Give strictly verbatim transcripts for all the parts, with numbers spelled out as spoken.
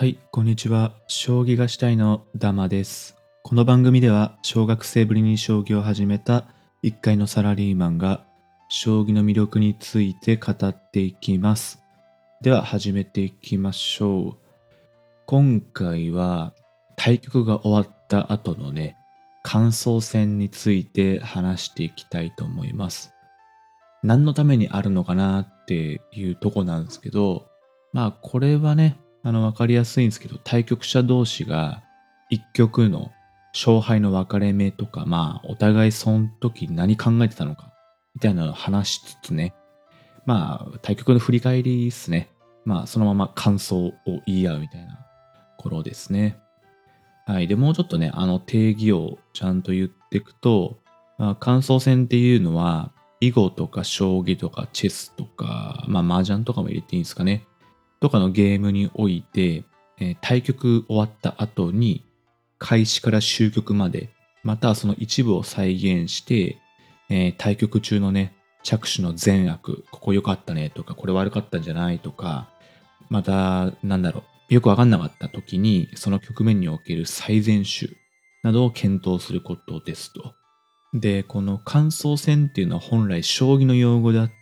はい、こんにちは。将棋がしたいのダマです。この番組では、小学生ぶりに将棋を始めた一階のサラリーマンが、将棋の魅力について語っていきます。では、始めていきましょう。今回は、対局が終わった後のね、感想戦について話していきたいと思います。何のためにあるのかなっていうとこなんですけど、まあこれはね、あの分かりやすいんですけど、対局者同士が一局の勝敗の分かれ目とか、まあお互いその時何考えてたのか、みたいなのを話しつつね、まあ対局の振り返りですね。まあそのまま感想を言い合うみたいな頃ですね。はい。で、もうちょっとね、あの定義をちゃんと言っていくと、まあ、感想戦っていうのは、囲碁とか将棋とかチェスとか、まあ麻雀とかも入れていいんですかね。とかのゲームにおいて、えー対局終わった後に、開始から終局まで、またはその一部を再現して、えー対局中のね、着手の善悪、ここ良かったねとか、これ悪かったんじゃないとか、また、なんだろう、よくわかんなかった時に、その局面における最善手などを検討することですと。で、この感想戦っていうのは本来将棋の用語であって、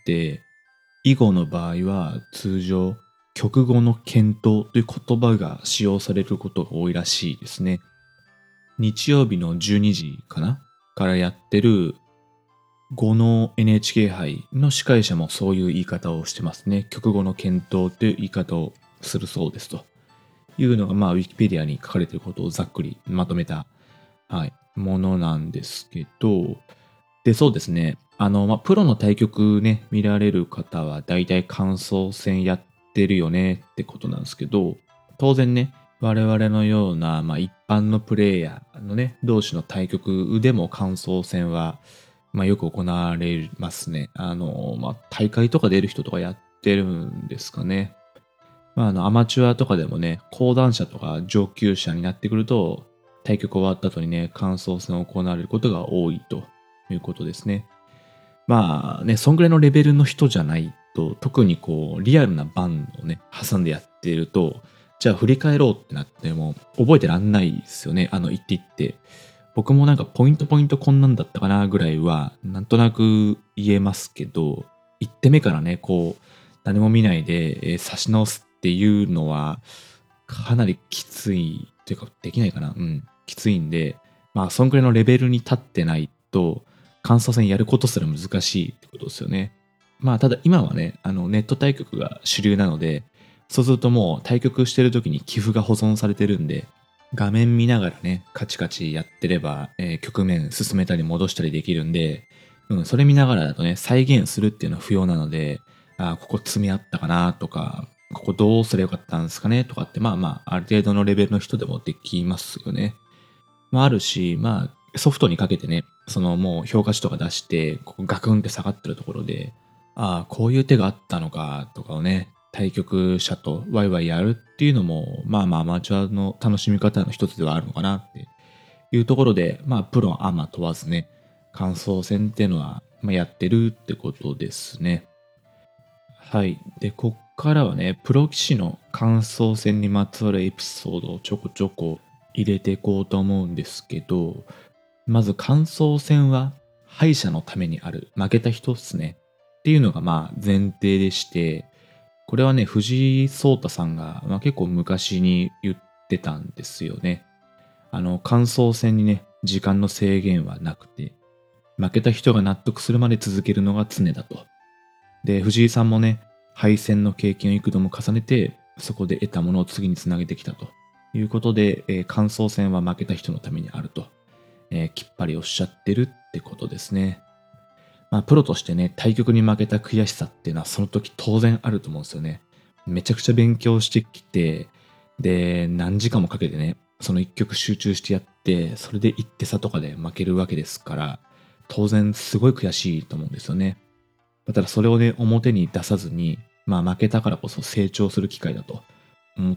囲碁の場合は通常、局後の検討という言葉が使用されることが多いらしいですね。日曜日のじゅうにじかなからやってる碁の エヌエイチケー 杯の司会者もそういう言い方をしてますね。局後の検討という言い方をするそうですというのが、まあ、ウィキペディアに書かれていることをざっくりまとめた、はい、ものなんですけど、で、そうですね。あの、まあ、プロの対局ね、見られる方は大体感想戦やってるよねってことなんですけど、当然ね、我々のような、まあ、一般のプレイヤーのね、同士の対局でも感想戦は、まあ、よく行われますね。あの、まあ、大会とか出る人とかやってるんですかね。まあ、あの、アマチュアとかでもね、講談社とか上級者になってくると、対局終わった後にね、感想戦を行われることが多いということですね。まあね、そんぐらいのレベルの人じゃないと、特にこう、リアルな番をね、挟んでやってると、じゃあ振り返ろうってなっても、覚えてらんないですよね。あの、言って言って。僕もなんかポイントポイントこんなんだったかなぐらいは、なんとなく言えますけど、一手目からね、こう、何も見ないで、えー指し直すっていうのは、かなりきつい、というか、できないかな。うん。きついんで、まあ、そんくらいのレベルに立ってないと、感想戦やることすら難しいってことですよね。まあ、ただ今はね、あの、ネット対局が主流なので、そうするともう対局してる時に棋譜が保存されてるんで、画面見ながらね、カチカチやってれば、えー局面進めたり戻したりできるんで、うん、それ見ながらだとね、再現するっていうのは不要なので、あーここ詰め合ったかなとか、ここどうすればよかったんですかねとかって、まあまあ、ある程度のレベルの人でもできますよね。まああるし、まあ、ソフトにかけてね、そのもう評価値とか出して、ここガクンって下がってるところで、ああ、こういう手があったのかとかをね、対局者とワイワイやるっていうのも、まあまあアマチュアの楽しみ方の一つではあるのかなっていうところで、まあプロアマ問わずね、感想戦っていうのは、まあ、やってるってことですね。はい。で、こっからはね、プロ棋士の感想戦にまつわるエピソードをちょこちょこ入れていこうと思うんですけど、まず感想戦は敗者のためにある、負けた人っすね。っていうのがまあ前提でして、これはね、藤井聡太さんが、まあ、結構昔に言ってたんですよね。あの、感想戦にね、時間の制限はなくて、負けた人が納得するまで続けるのが常だと。で、藤井さんもね、敗戦の経験を幾度も重ねて、そこで得たものを次につなげてきたということで、えー感想戦は負けた人のためにあると、えーきっぱりおっしゃってるってことですね。まあ、プロとしてね、対局に負けた悔しさっていうのはその時当然あると思うんですよね。めちゃくちゃ勉強してきて、で、何時間もかけてね、その一局集中してやって、それで一手差とかで負けるわけですから、当然すごい悔しいと思うんですよね。ただそれをね、表に出さずに、まあ負けたからこそ成長する機会だと思って、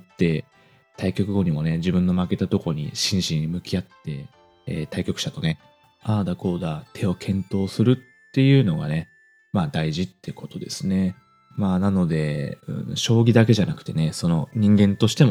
対局後にもね、自分の負けたとこに真摯に向き合って、えー対局者とね、ああだこうだ手を検討するっていうのがね、まあ大事ってことですね。まあなので、うん将棋だけじゃなくてね、その人間としても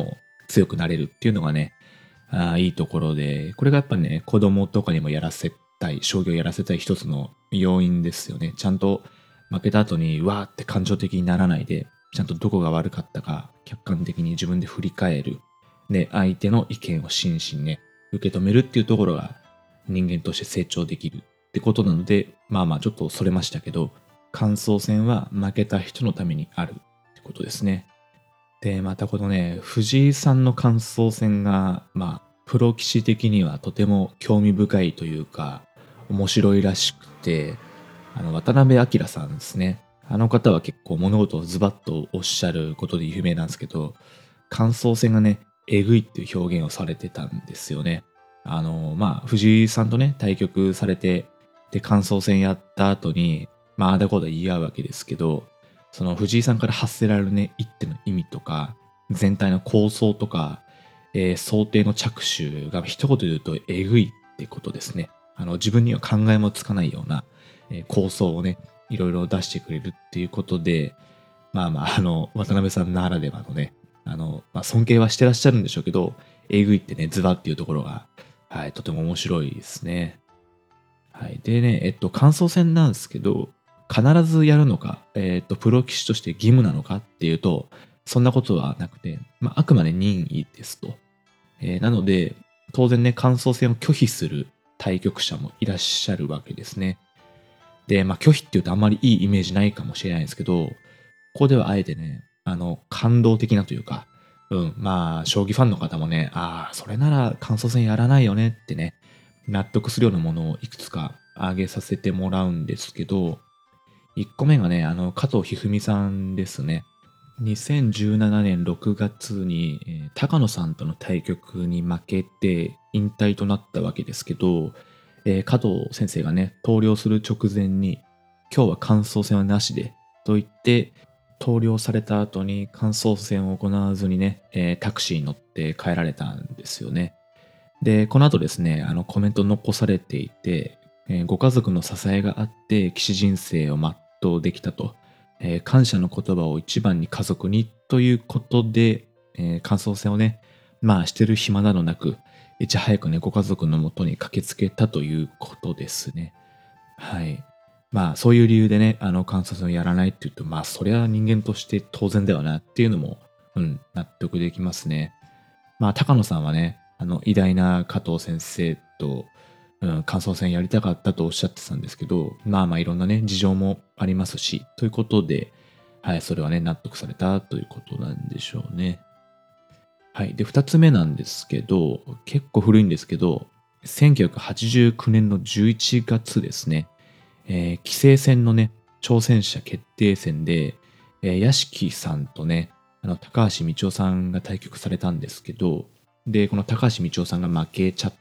強くなれるっていうのがね、あいいところで、これがやっぱね、子供とかにもやらせたい、将棋をやらせたい一つの要因ですよね。ちゃんと負けた後に、わーって感情的にならないで、ちゃんとどこが悪かったか、客観的に自分で振り返る。で、相手の意見を真摯にね、受け止めるっていうところが人間として成長できるってことなので、まあまあちょっとそれましたけど、感想戦は負けた人のためにあるってことですね。で、またこのね、藤井さんの感想戦が、まあ、プロ棋士的にはとても興味深いというか、面白いらしくて、あの、渡辺明さんですね。あの方は結構物事をズバッとおっしゃることで有名なんですけど、感想戦がね、えぐいっていう表現をされてたんですよね。あの、まあ、藤井さんとね、対局されて、で、感想戦やった後に、まあ、あだこうだ言い合うわけですけど、その藤井さんから発せられるね、一手の意味とか、全体の構想とか、えー想定の着手が一言で言うとえぐいってことですね。あの、自分には考えもつかないような、えー構想をね、いろいろ出してくれるっていうことで、まあまあ、あの、渡辺さんならではのね、あの、まあ、尊敬はしてらっしゃるんでしょうけど、えぐいってね、ズバっていうところが、はい、とても面白いですね。はい。でね、えっと、感想戦なんですけど、必ずやるのか、えっと、プロ棋士として義務なのかっていうと、そんなことはなくて、まあ、あくまで任意ですと。えーなので、当然ね、感想戦を拒否する対局者もいらっしゃるわけですね。で、まあ、拒否っていうとあんまりいいイメージないかもしれないんですけど、ここではあえてね、あの、感動的なというか、うん、まあ、将棋ファンの方もね、ああ、それなら感想戦やらないよねってね、納得するようなものをいくつか挙げさせてもらうんですけど、いっこめがね、あの、加藤一二三さんですね。にせんじゅうななねんろくがつに、えー高野さんとの対局に負けて引退となったわけですけど、えー加藤先生がね、投了する直前に、今日は感想戦はなしで、と言って、投了された後に感想戦を行わずにね、えータクシーに乗って帰られたんですよね。で、この後ですね、あのコメント残されていて、えーご家族の支えがあって棋士人生を全うできたと、えー感謝の言葉を一番に家族にということで、えー感想戦をね、まあしてる暇などなく、いち早くね、ご家族のもとに駆けつけたということですね。はい。まあそういう理由でね、あの観察をやらないって言うと、まあそれは人間として当然だよなっていうのも、うん、納得できますね。まあ高野さんはね、あの偉大な加藤先生と、うん、感想戦やりたかったとおっしゃってたんですけど、まあまあいろんなね、事情もありますし、ということで、はい、それはね、納得されたということなんでしょうね。はい。で、二つ目なんですけど、結構古いんですけど、せんきゅうひゃくはちじゅうきゅうねんのじゅういちがつですね、えー棋聖戦のね、挑戦者決定戦で、えー屋敷さんとね、あの、高橋道夫さんが対局されたんですけど、で、この高橋道夫さんが負けちゃって、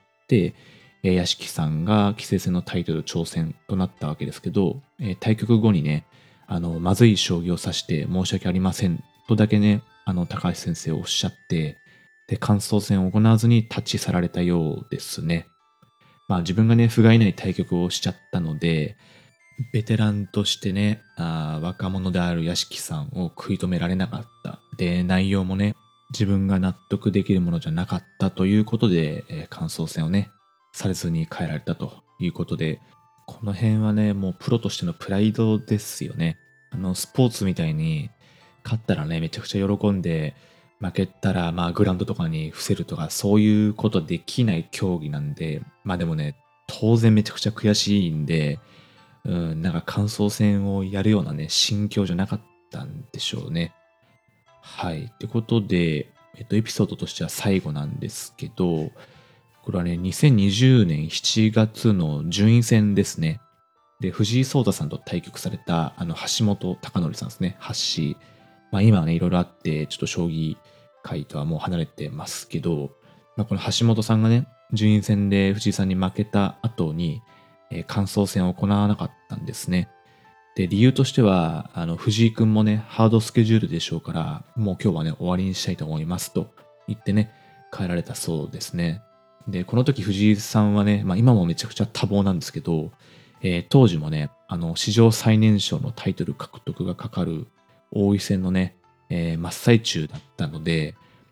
えー屋敷さんが棋聖戦のタイトル挑戦となったわけですけど、えー対局後にね、あの、まずい将棋を指して申し訳ありませんとだけね、あの、高橋先生おっしゃって、で、感想戦を行わずに立ち去られたようですね。まあ自分がね、不甲斐ない対局をしちゃったので、ベテランとしてね、あー若者である屋敷さんを食い止められなかった。で、内容もね、自分が納得できるものじゃなかったということで、えー感想戦をね、されずに変えられたということで、この辺はね、もうプロとしてのプライドですよね。あの、スポーツみたいに、勝ったらね、めちゃくちゃ喜んで、負けたら、まあ、グラウンドとかに伏せるとか、そういうことできない競技なんで、まあでもね、当然めちゃくちゃ悔しいんで、うん、なんか感想戦をやるようなね、心境じゃなかったんでしょうね。はい。ってことで、えっと、エピソードとしては最後なんですけど、これはね、にせんにじゅうねんしちがつの順位戦ですね。で、藤井聡太さんと対局された、あの、橋本隆則さんですね。橋。まあ今はね、いろいろあって、ちょっと将棋界とはもう離れてますけど、まあこの橋本さんがね、順位戦で藤井さんに負けた後に、えー感想戦を行わなかったんですね。で、理由としては、あの、藤井くんもね、ハードスケジュールでしょうから、もう今日はね、終わりにしたいと思いますと言ってね、帰られたそうですね。で、この時藤井さんはね、まあ今もめちゃくちゃ多忙なんですけど、えー当時もね、あの、史上最年少のタイトル獲得がかかる王位戦のね、えー真っ最中だったので、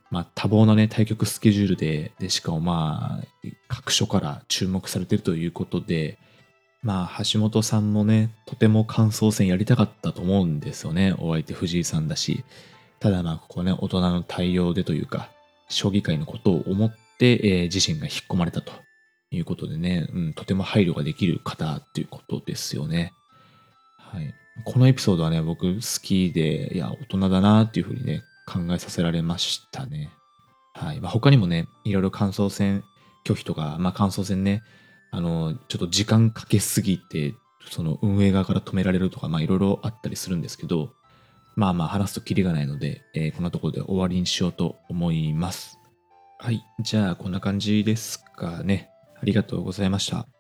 まあ多忙なね、対局スケジュールで、で、しかもまあ、各所から注目されているということで、まあ橋本さんもね、とても感想戦やりたかったと思うんですよね。お相手藤井さんだし。ただまあここね、大人の対応でというか、将棋界のことを思って、えー自身が引っ込まれたということでね、うん、とても配慮ができる方っていうことですよね。はい。このエピソードはね、僕好きで、いや、大人だなっていうふうにね、考えさせられましたね。はい。まあ、他にもね、いろいろ感想戦拒否とか、まあ、感想戦ね、あの、ちょっと時間かけすぎて、その運営側から止められるとか、まあ、いろいろあったりするんですけど、まあまあ、話すとキリがないので、えーこんなところで終わりにしようと思います。はい。じゃあ、こんな感じですかね。ありがとうございました。